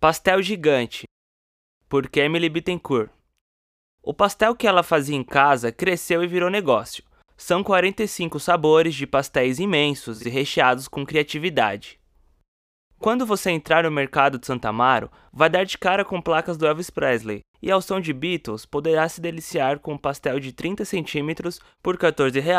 Pastel Gigante, por Emily Bittencourt. O pastel que ela fazia em casa cresceu e virou negócio. São 45 sabores de pastéis imensos e recheados com criatividade. Quando você entrar no mercado de Santa Amaro, vai dar de cara com placas do Elvis Presley, e ao som de Beatles poderá se deliciar com um pastel de 30 centímetros por R$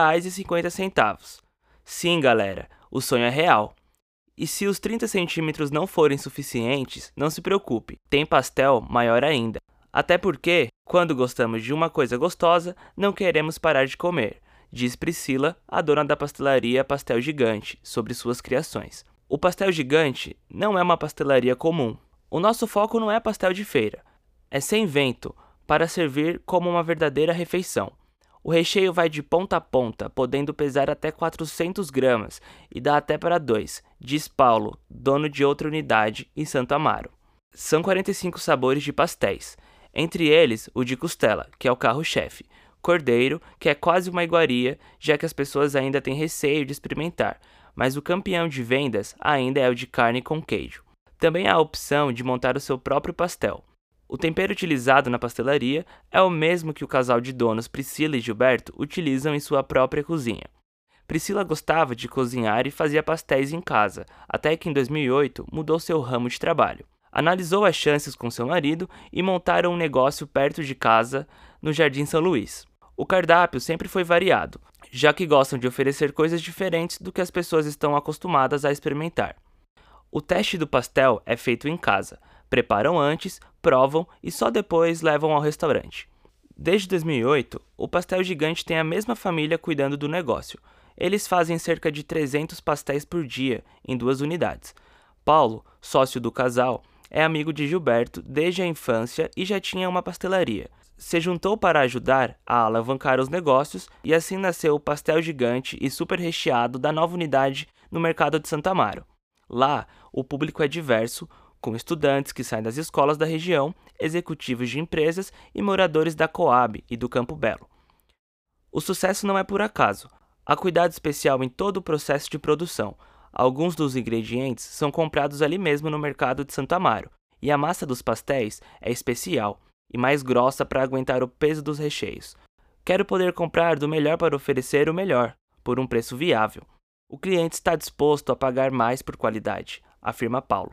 14,50. Sim, galera, o sonho é real. E se os 30 centímetros não forem suficientes, não se preocupe, tem pastel maior ainda. Até porque, quando gostamos de uma coisa gostosa, não queremos parar de comer, diz Priscila, a dona da pastelaria Pastel Gigante, sobre suas criações. O Pastel Gigante não é uma pastelaria comum. O nosso foco não é pastel de feira. É sem vento, para servir como uma verdadeira refeição. O recheio vai de ponta a ponta, podendo pesar até 400 gramas e dá até para 2, diz Paulo, dono de outra unidade em Santo Amaro. São 45 sabores de pastéis, entre eles o de costela, que é o carro-chefe, cordeiro, que é quase uma iguaria, já que as pessoas ainda têm receio de experimentar, mas o campeão de vendas ainda é o de carne com queijo. Também há a opção de montar o seu próprio pastel. O tempero utilizado na pastelaria é o mesmo que o casal de donos Priscila e Gilberto utilizam em sua própria cozinha. Priscila gostava de cozinhar e fazia pastéis em casa, até que em 2008 mudou seu ramo de trabalho. Analisou as chances com seu marido e montaram um negócio perto de casa, no Jardim São Luís. O cardápio sempre foi variado, já que gostam de oferecer coisas diferentes do que as pessoas estão acostumadas a experimentar. O teste do pastel é feito em casa. Preparam antes, provam e só depois levam ao restaurante. Desde 2008, o Pastel Gigante tem a mesma família cuidando do negócio. Eles fazem cerca de 300 pastéis por dia, em 2 unidades. Paulo, sócio do casal, é amigo de Gilberto desde a infância e já tinha uma pastelaria. Se juntou para ajudar a alavancar os negócios e assim nasceu o Pastel Gigante e super recheado da nova unidade no mercado de Santa Amaro. Lá, o público é diverso, com estudantes que saem das escolas da região, executivos de empresas e moradores da Coab e do Campo Belo. O sucesso não é por acaso. Há cuidado especial em todo o processo de produção. Alguns dos ingredientes são comprados ali mesmo no mercado de Santo Amaro, e a massa dos pastéis é especial e mais grossa para aguentar o peso dos recheios. Quero poder comprar do melhor para oferecer o melhor, por um preço viável. O cliente está disposto a pagar mais por qualidade, afirma Paulo.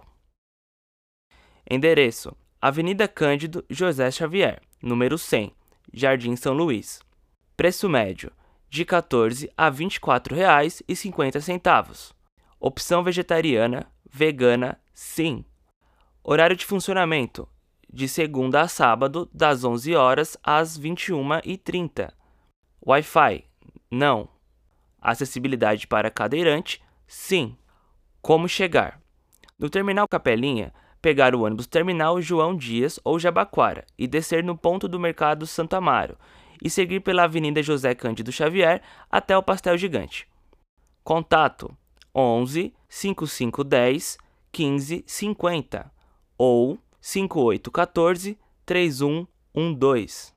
Endereço: Avenida Cândido José Xavier, número 100, Jardim São Luís. Preço médio: de R$ 14 a R$ 24,50. Opção vegetariana, vegana, sim. Horário de funcionamento: de segunda a sábado, das 11 horas às 21h30. Wi-Fi: não. Acessibilidade para cadeirante: sim. Como chegar? No Terminal Capelinha, pegar o ônibus Terminal João Dias ou Jabaquara e descer no ponto do Mercado Santo Amaro e seguir pela Avenida José Cândido Xavier até o Pastel Gigante. Contato: 11 5510 1550 ou 5814 3112.